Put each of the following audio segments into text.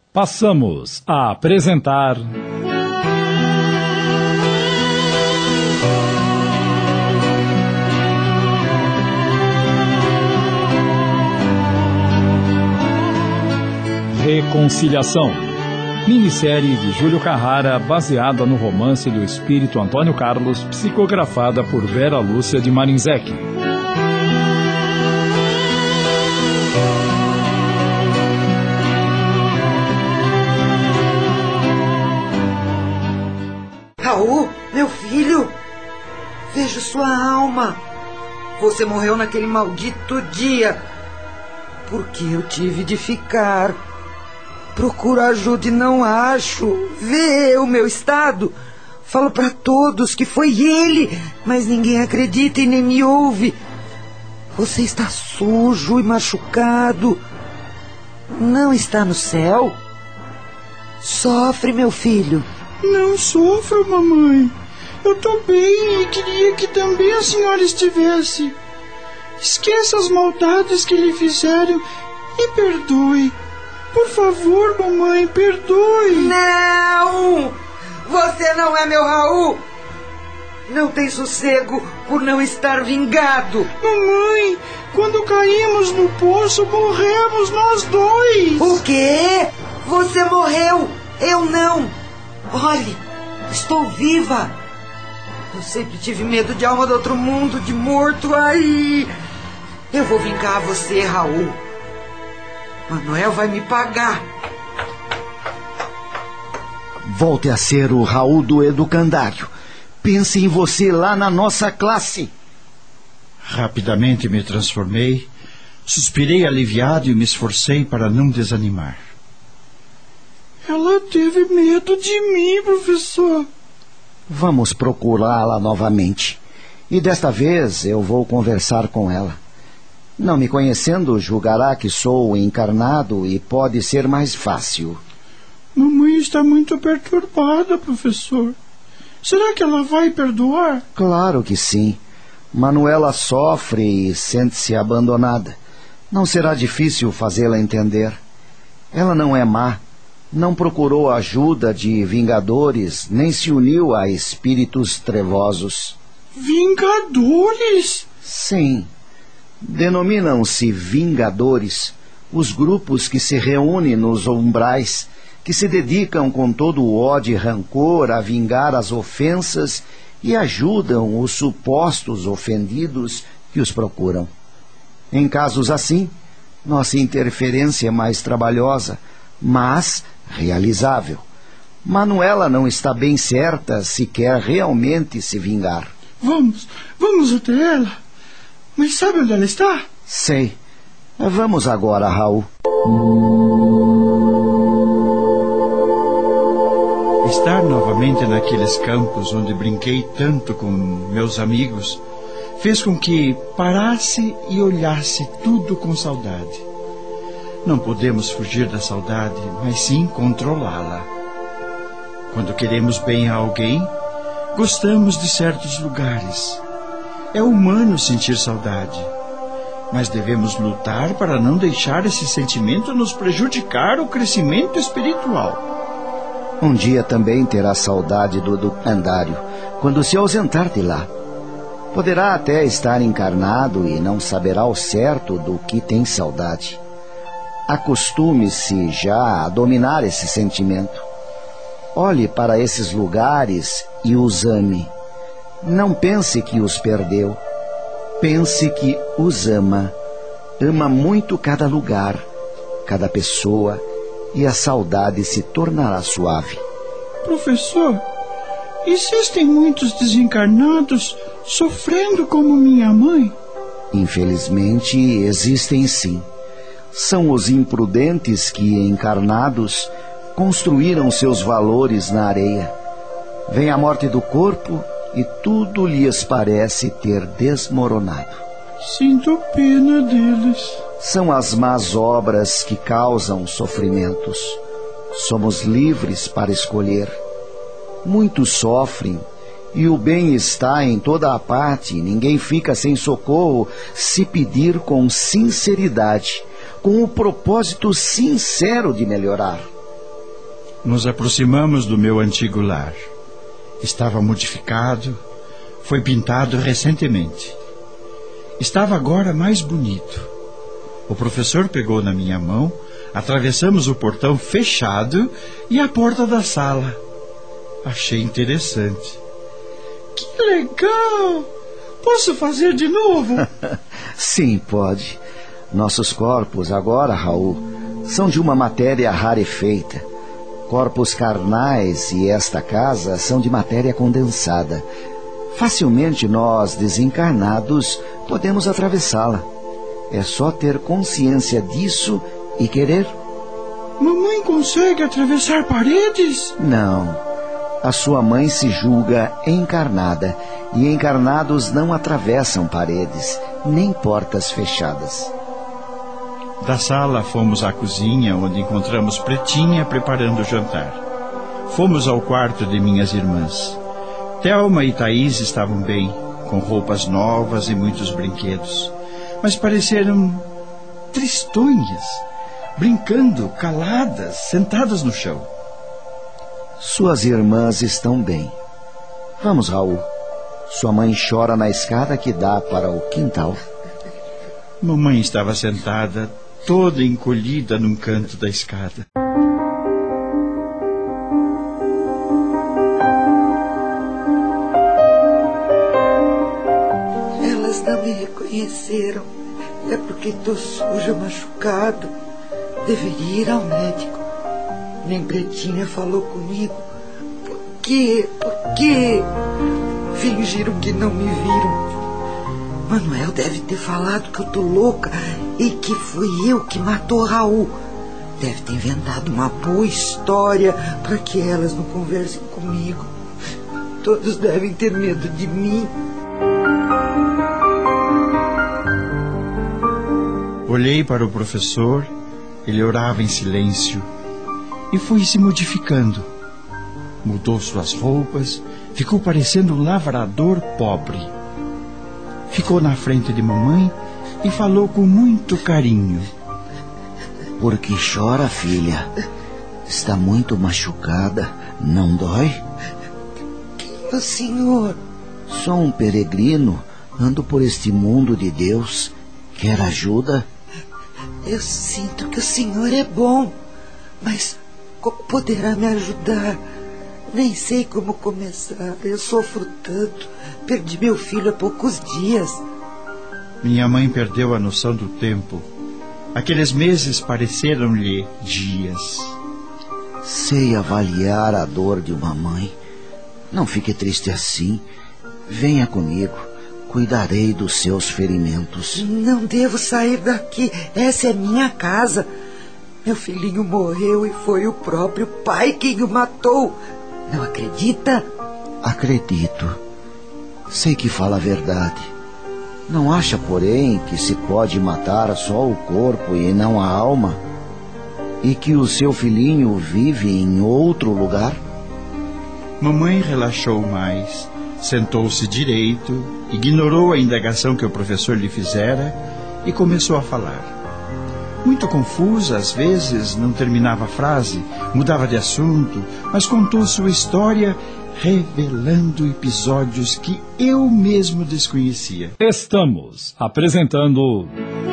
Passamos a apresentar... Reconciliação, minissérie de Júlio Carrara, baseada no romance do espírito Antônio Carlos, psicografada por Vera Lúcia de Marinzec. Raul, meu filho, vejo sua alma. Você morreu naquele maldito dia, porque eu tive de ficar. Procuro ajuda e não acho. Vê o meu estado. Falo para todos que foi ele, mas ninguém acredita e nem me ouve. Você está sujo e machucado. Não está no céu? Sofre, meu filho. Não sofro, mamãe. Eu estou bem e queria que também a senhora estivesse. Esqueça as maldades que lhe fizeram e perdoe. Por favor, mamãe, perdoe. Não! Você não é meu Raul. Não tem sossego por não estar vingado. Mamãe, quando caímos no poço, morremos nós dois. O quê? Você morreu. Eu não. Olhe, estou viva. Eu sempre tive medo de alma do outro mundo, de morto. Ai, eu vou vingar você, Raul. Manuel vai me pagar. Volte a ser o Raul do educandário. Pense em você lá na nossa classe. Rapidamente me transformei, suspirei aliviado e me esforcei para não desanimar. Ela teve medo de mim, professor. Vamos procurá-la novamente. E desta vez eu vou conversar com ela. Não me conhecendo, julgará que sou encarnado e pode ser mais fácil. Mamãe está muito perturbada, professor. Será que ela vai perdoar? Claro que sim. Manuela sofre e sente-se abandonada. Não será difícil fazê-la entender. Ela não é má. Não procurou ajuda de vingadores, nem se uniu a espíritos trevosos. Vingadores? Sim. Denominam-se vingadores os grupos que se reúnem nos umbrais, que se dedicam com todo o ódio e rancor a vingar as ofensas e ajudam os supostos ofendidos que os procuram. Em casos assim, nossa interferência é mais trabalhosa, mas realizável. Manuela não está bem certa se quer realmente se vingar. Vamos até ela. Mas sabe onde ela está? Sei. Vamos agora, Raul. Estar novamente naqueles campos onde brinquei tanto com meus amigos fez com que parasse e olhasse tudo com saudade. Não podemos fugir da saudade, mas sim controlá-la. Quando queremos bem a alguém, gostamos de certos lugares. É humano sentir saudade, mas devemos lutar para não deixar esse sentimento nos prejudicar o crescimento espiritual. Um dia também terá saudade do educandário, quando se ausentar de lá. Poderá até estar encarnado e não saberá ao certo do que tem saudade. Acostume-se já a dominar esse sentimento. Olhe para esses lugares e os ame. Não pense que os perdeu. Pense que os ama. Ama muito cada lugar, cada pessoa, e a saudade se tornará suave. Professor, existem muitos desencarnados sofrendo como minha mãe? Infelizmente, existem sim. São os imprudentes que, encarnados, construíram seus valores na areia. Vem a morte do corpo e tudo lhes parece ter desmoronado. Sinto pena deles. São as más obras que causam sofrimentos. Somos livres para escolher. Muitos sofrem e o bem está em toda a parte. Ninguém fica sem socorro se pedir com sinceridade, com o propósito sincero de melhorar. Nos aproximamos do meu antigo lar. Estava modificado, foi pintado recentemente. Estava agora mais bonito. O professor pegou na minha mão, atravessamos o portão fechado e a porta da sala. Achei interessante. Que legal! Posso fazer de novo? Sim, pode. Nossos corpos agora, Raul, são de uma matéria rarefeita. Corpos carnais e esta casa são de matéria condensada. Facilmente nós, desencarnados, podemos atravessá-la. É só ter consciência disso e querer. Mamãe consegue atravessar paredes? Não. A sua mãe se julga encarnada, e encarnados não atravessam paredes, nem portas fechadas. Da sala fomos à cozinha, onde encontramos Pretinha preparando o jantar. Fomos ao quarto de minhas irmãs. Thelma e Thaís estavam bem, com roupas novas e muitos brinquedos, mas pareceram tristonhas, brincando, caladas, sentadas no chão. Suas irmãs estão bem. Vamos, Raul. Sua mãe chora na escada que dá para o quintal. Mamãe estava sentada, toda encolhida num canto da escada. Elas não me reconheceram. É porque estou suja, machucada. Deveria ir ao médico. Nem Pretinha falou comigo. Por quê? Por quê? Fingiram que não me viram. Manuel deve ter falado que eu tô louca e que fui eu que matou Raul. Deve ter inventado uma boa história para que elas não conversem comigo. Todos devem ter medo de mim. Olhei para o professor, ele orava em silêncio e foi se modificando. Mudou suas roupas, ficou parecendo um lavrador pobre. Ficou na frente de mamãe e falou com muito carinho. Por que chora, filha? Está muito machucada. Não dói? Quem é o senhor? Sou um peregrino. Ando por este mundo de Deus. Quer ajuda? Eu sinto que o senhor é bom, mas como poderá me ajudar? Nem sei como começar. Eu sofro tanto. Perdi meu filho há poucos dias. Minha mãe perdeu a noção do tempo. Aqueles meses pareceram-lhe dias. Sei avaliar a dor de uma mãe. Não fique triste assim. Venha comigo. Cuidarei dos seus ferimentos. Não devo sair daqui. Essa é minha casa. Meu filhinho morreu e foi o próprio pai quem o matou. Não acredita? Acredito. Sei que fala a verdade. Não acha, porém, que se pode matar só o corpo e não a alma? E que o seu filhinho vive em outro lugar? Mamãe relaxou mais, sentou-se direito, ignorou a indagação que o professor lhe fizera e começou a falar. Muito confusa, às vezes, não terminava a frase, mudava de assunto, mas contou sua história, revelando episódios que eu mesmo desconhecia. Estamos apresentando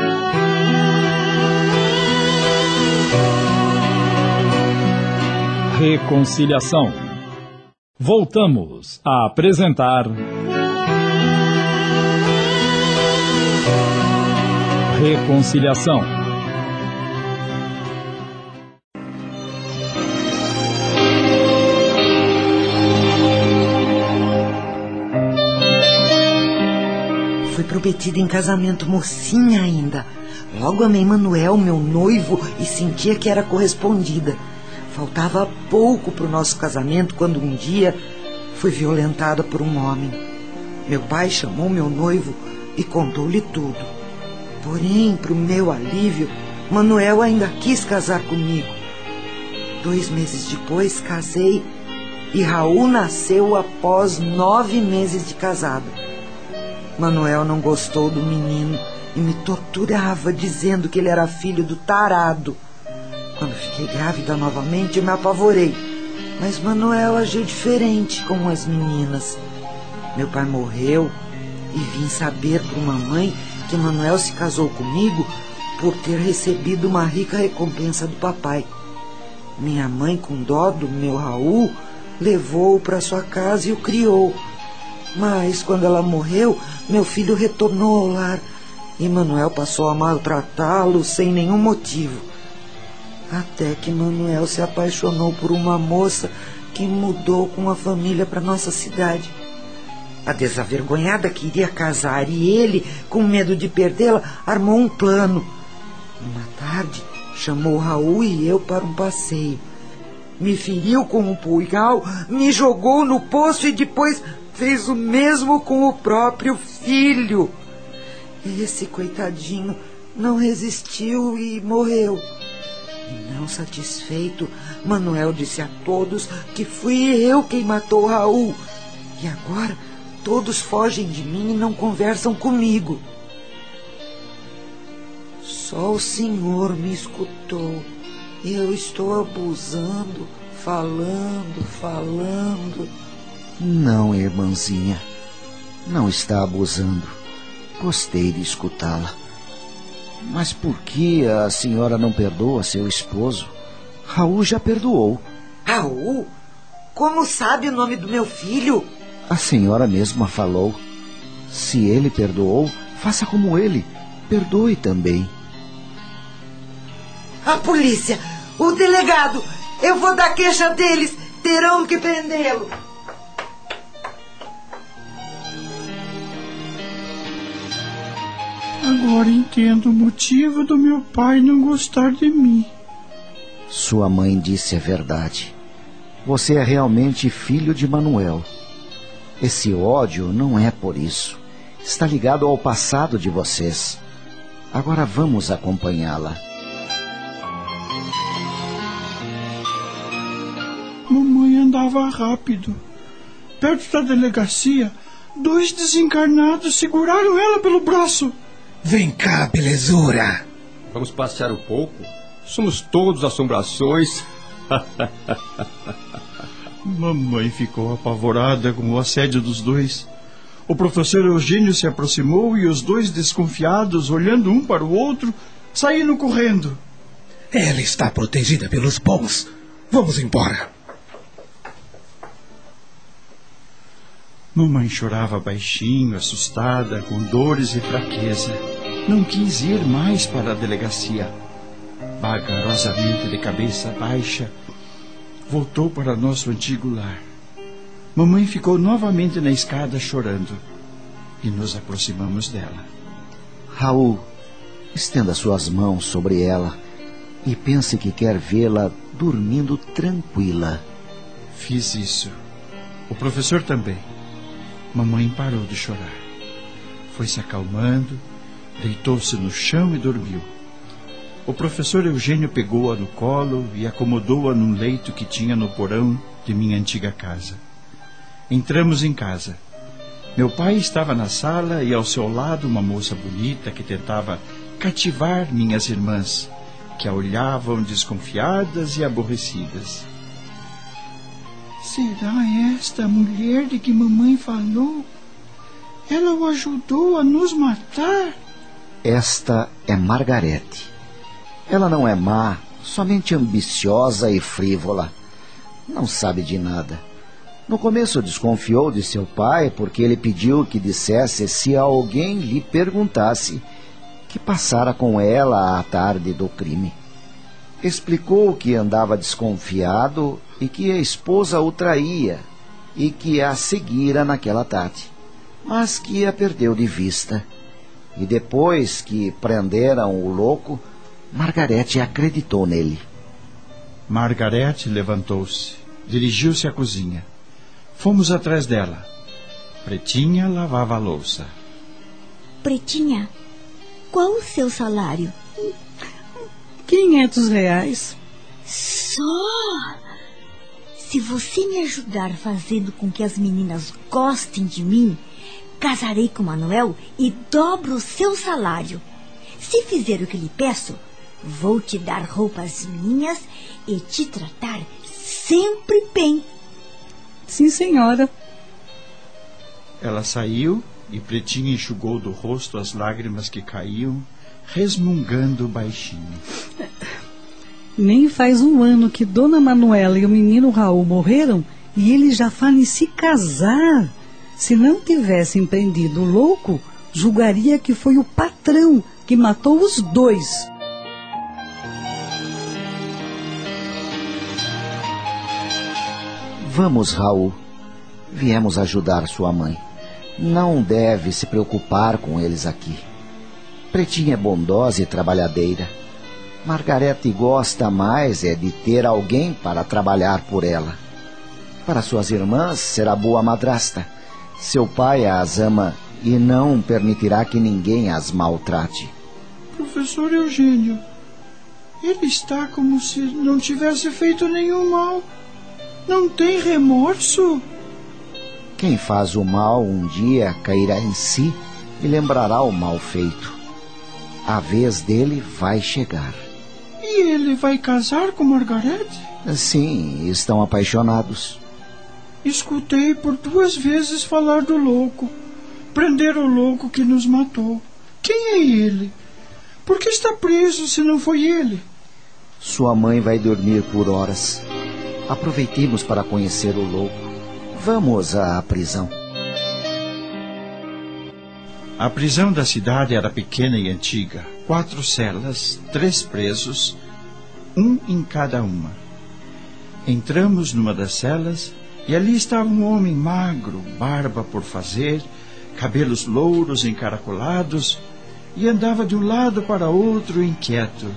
Reconciliação. Voltamos a apresentar Reconciliação. Fui prometida em casamento mocinha ainda. Logo amei Manuel, meu noivo, e sentia que era correspondida. Faltava pouco para o nosso casamento quando um dia fui violentada por um homem. Meu pai chamou meu noivo e contou-lhe tudo. Porém, para o meu alívio, Manuel ainda quis casar comigo. 2 meses depois, casei e Raul nasceu após 9 meses de casada. Manuel não gostou do menino e me torturava dizendo que ele era filho do tarado. Quando fiquei grávida novamente, eu me apavorei. Mas Manuel agiu diferente com as meninas. Meu pai morreu e vim saber por mamãe que Manuel se casou comigo por ter recebido uma rica recompensa do papai. Minha mãe, com dó do meu Raul, levou-o para sua casa e o criou. Mas quando ela morreu, meu filho retornou ao lar e Manuel passou a maltratá-lo sem nenhum motivo. Até que Manuel se apaixonou por uma moça que mudou com a família para nossa cidade. A desavergonhada queria casar e ele, com medo de perdê-la, armou um plano. Uma tarde, chamou Raul e eu para um passeio. Me feriu com um punhal, me jogou no poço e depois fez o mesmo com o próprio filho. Esse coitadinho não resistiu e morreu. E não satisfeito, Manuel disse a todos que fui eu quem matou Raul. E agora todos fogem de mim e não conversam comigo. Só o Senhor me escutou. Eu estou abusando, falando. Não, irmãzinha, não está abusando. Gostei de escutá-la. Mas por que a senhora não perdoa seu esposo? Raul já perdoou. Raul? Como sabe o nome do meu filho? A senhora mesma falou. Se ele perdoou, faça como ele. Perdoe também. A polícia! O delegado! Eu vou dar queixa deles! Terão que prendê-lo! Agora entendo o motivo do meu pai não gostar de mim. Sua mãe disse a verdade. Você é realmente filho de Manuel. Esse ódio não é por isso. Está ligado ao passado de vocês. Agora vamos acompanhá-la. Mamãe andava rápido. Perto da delegacia, 2 desencarnados seguraram ela pelo braço. Vem cá, belezura. Vamos passear um pouco? Somos todos assombrações. Mamãe ficou apavorada com o assédio dos 2. O professor Eugênio se aproximou e os 2, desconfiados, olhando um para o outro, saíram correndo. Ela está protegida pelos bons. Vamos embora. Mamãe chorava baixinho, assustada, com dores e fraqueza. Não quis ir mais para a delegacia. Vagarosamente, de cabeça baixa, voltou para nosso antigo lar. Mamãe ficou novamente na escada chorando e nos aproximamos dela. Raul, estenda suas mãos sobre ela e pense que quer vê-la dormindo tranquila. Fiz isso. O professor também. Mamãe parou de chorar. Foi se acalmando, deitou-se no chão e dormiu. O professor Eugênio pegou-a no colo e acomodou-a num leito que tinha no porão de minha antiga casa. Entramos em casa. Meu pai estava na sala e ao seu lado uma moça bonita que tentava cativar minhas irmãs, que a olhavam desconfiadas e aborrecidas. Será esta a mulher de que mamãe falou? Ela o ajudou a nos matar? Esta é Margarete. Ela não é má, somente ambiciosa e frívola. Não sabe de nada. No começo desconfiou de seu pai porque ele pediu que dissesse se alguém lhe perguntasse que passara com ela à tarde do crime. Explicou que andava desconfiado e que a esposa o traía e que a seguira naquela tarde, mas que a perdeu de vista. E depois que prenderam o louco, Margarete acreditou nele. Margarete levantou-se, dirigiu-se à cozinha. Fomos atrás dela. Pretinha lavava a louça. Pretinha, qual o seu salário? R$500. Só? Se você me ajudar fazendo com que as meninas gostem de mim, casarei com Manuel e dobro o seu salário. Se fizer o que lhe peço, Vou te dar roupas minhas e te tratar sempre bem. Sim, senhora. Ela saiu e Pretinha enxugou do rosto as lágrimas que caíam, resmungando baixinho. Nem faz um ano que Dona Manuela e o menino Raul morreram e eles já falam em se casar. Se não tivessem prendido o louco, julgaria que foi o patrão que matou os dois. Vamos, Raul. Viemos ajudar sua mãe. Não deve se preocupar com eles aqui. Pretinha é bondosa e trabalhadeira. Margarete gosta mais de ter alguém para trabalhar por ela. Para suas irmãs, será boa madrasta. Seu pai as ama e não permitirá que ninguém as maltrate. Professor Eugênio, ele está como se não tivesse feito nenhum mal. Não tem remorso? Quem faz o mal um dia cairá em si e lembrará o mal feito. A vez dele vai chegar. E ele vai casar com Margarete? Sim, estão apaixonados. Escutei por 2 vezes falar do louco. Prender o louco que nos matou. Quem é ele? Por que está preso se não foi ele? Sua mãe vai dormir por horas. Aproveitemos para conhecer o louco. Vamos à prisão. A prisão da cidade era pequena e antiga. 4 celas, 3 presos, 1 em cada uma. Entramos numa das celas e ali estava um homem magro, barba por fazer, cabelos louros encaracolados, e andava de um lado para outro inquieto.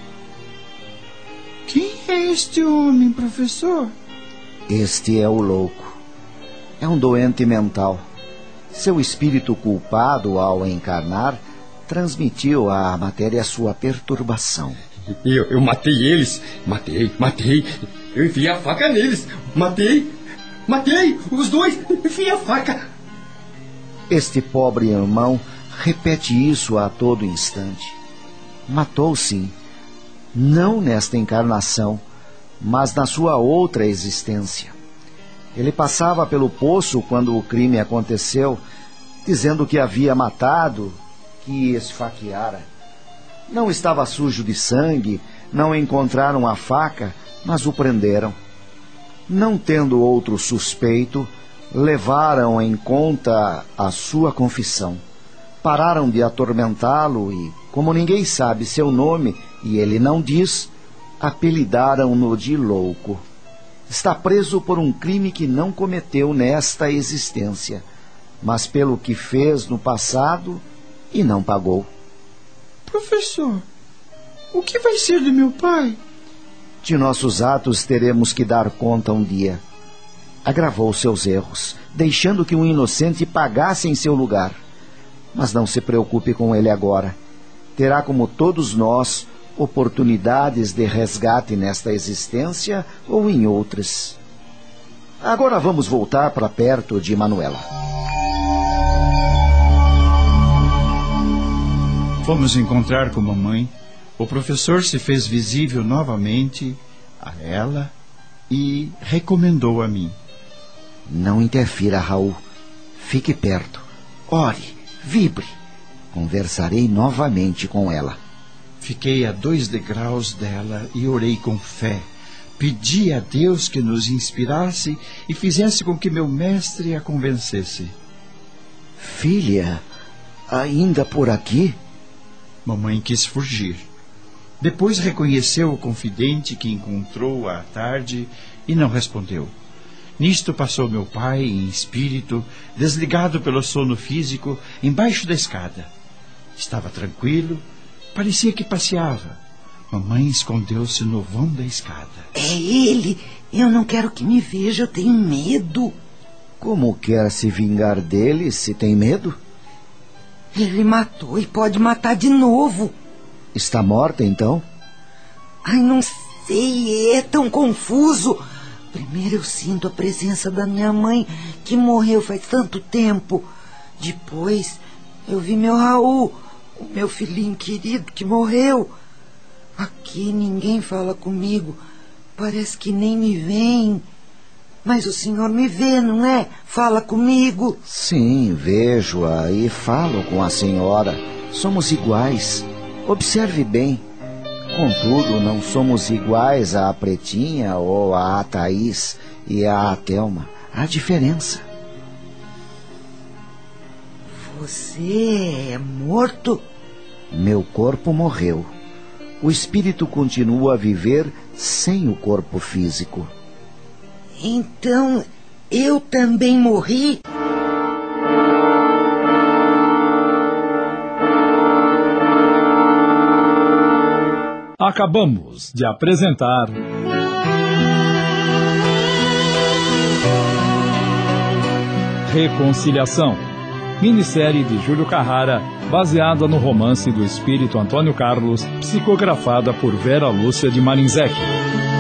Quem é este homem, professor? Este é o louco. É um doente mental. Seu espírito culpado, ao encarnar, transmitiu à matéria sua perturbação. Eu matei eles. Matei. Eu enfiei a faca neles. Matei. Os dois. Enfiei a faca. Este pobre irmão repete isso a todo instante. Matou, sim. Não nesta encarnação, mas na sua outra existência. Ele passava pelo poço quando o crime aconteceu, dizendo que havia matado, que esfaqueara. Não estava sujo de sangue, não encontraram a faca, mas o prenderam. Não tendo outro suspeito, levaram em conta a sua confissão. Pararam de atormentá-lo e, como ninguém sabe seu nome e ele não diz, apelidaram-no de louco. Está preso por um crime que não cometeu nesta existência, mas pelo que fez no passado e não pagou. Professor, o que vai ser de meu pai? De nossos atos teremos que dar conta um dia. Agravou seus erros, deixando que um inocente pagasse em seu lugar. Mas não se preocupe com ele agora. Terá, como todos nós, oportunidades de resgate nesta existência ou em outras. Agora vamos voltar para perto de Manuela. Fomos encontrar com mamãe. O professor se fez visível novamente a ela e recomendou a mim. Não interfira, Raul. Fique perto. Ore, vibre. Conversarei novamente com ela. Fiquei a 2 degraus dela e orei com fé. Pedi a Deus que nos inspirasse e fizesse com que meu mestre a convencesse. Filha, ainda por aqui? Mamãe quis fugir. Depois reconheceu o confidente que encontrou à tarde e não respondeu. Nisto passou meu pai, em espírito, desligado pelo sono físico, embaixo da escada. Estava tranquilo. Parecia que passeava. Mamãe escondeu-se no vão da escada. É ele! Eu não quero que me veja, eu tenho medo. Como quer se vingar dele se tem medo? Ele matou e pode matar de novo. Está morta, então? Ai, não sei, é tão confuso. Primeiro eu sinto a presença da minha mãe, que morreu faz tanto tempo. Depois eu vi meu Raul, o meu filhinho querido que morreu. Aqui ninguém fala comigo. Parece que nem me veem. Mas o senhor me vê, não é? Fala comigo. Sim, vejo-a e falo com a senhora. Somos iguais. Observe bem. Contudo, não somos iguais à Pretinha ou à Thaís e à Thelma. Há diferença. Você é morto? Meu corpo morreu. O espírito continua a viver sem o corpo físico. Então, eu também morri? Acabamos de apresentar Reconciliação, minissérie de Júlio Carrara, baseada no romance do espírito Antônio Carlos, psicografada por Vera Lúcia de Marinzec.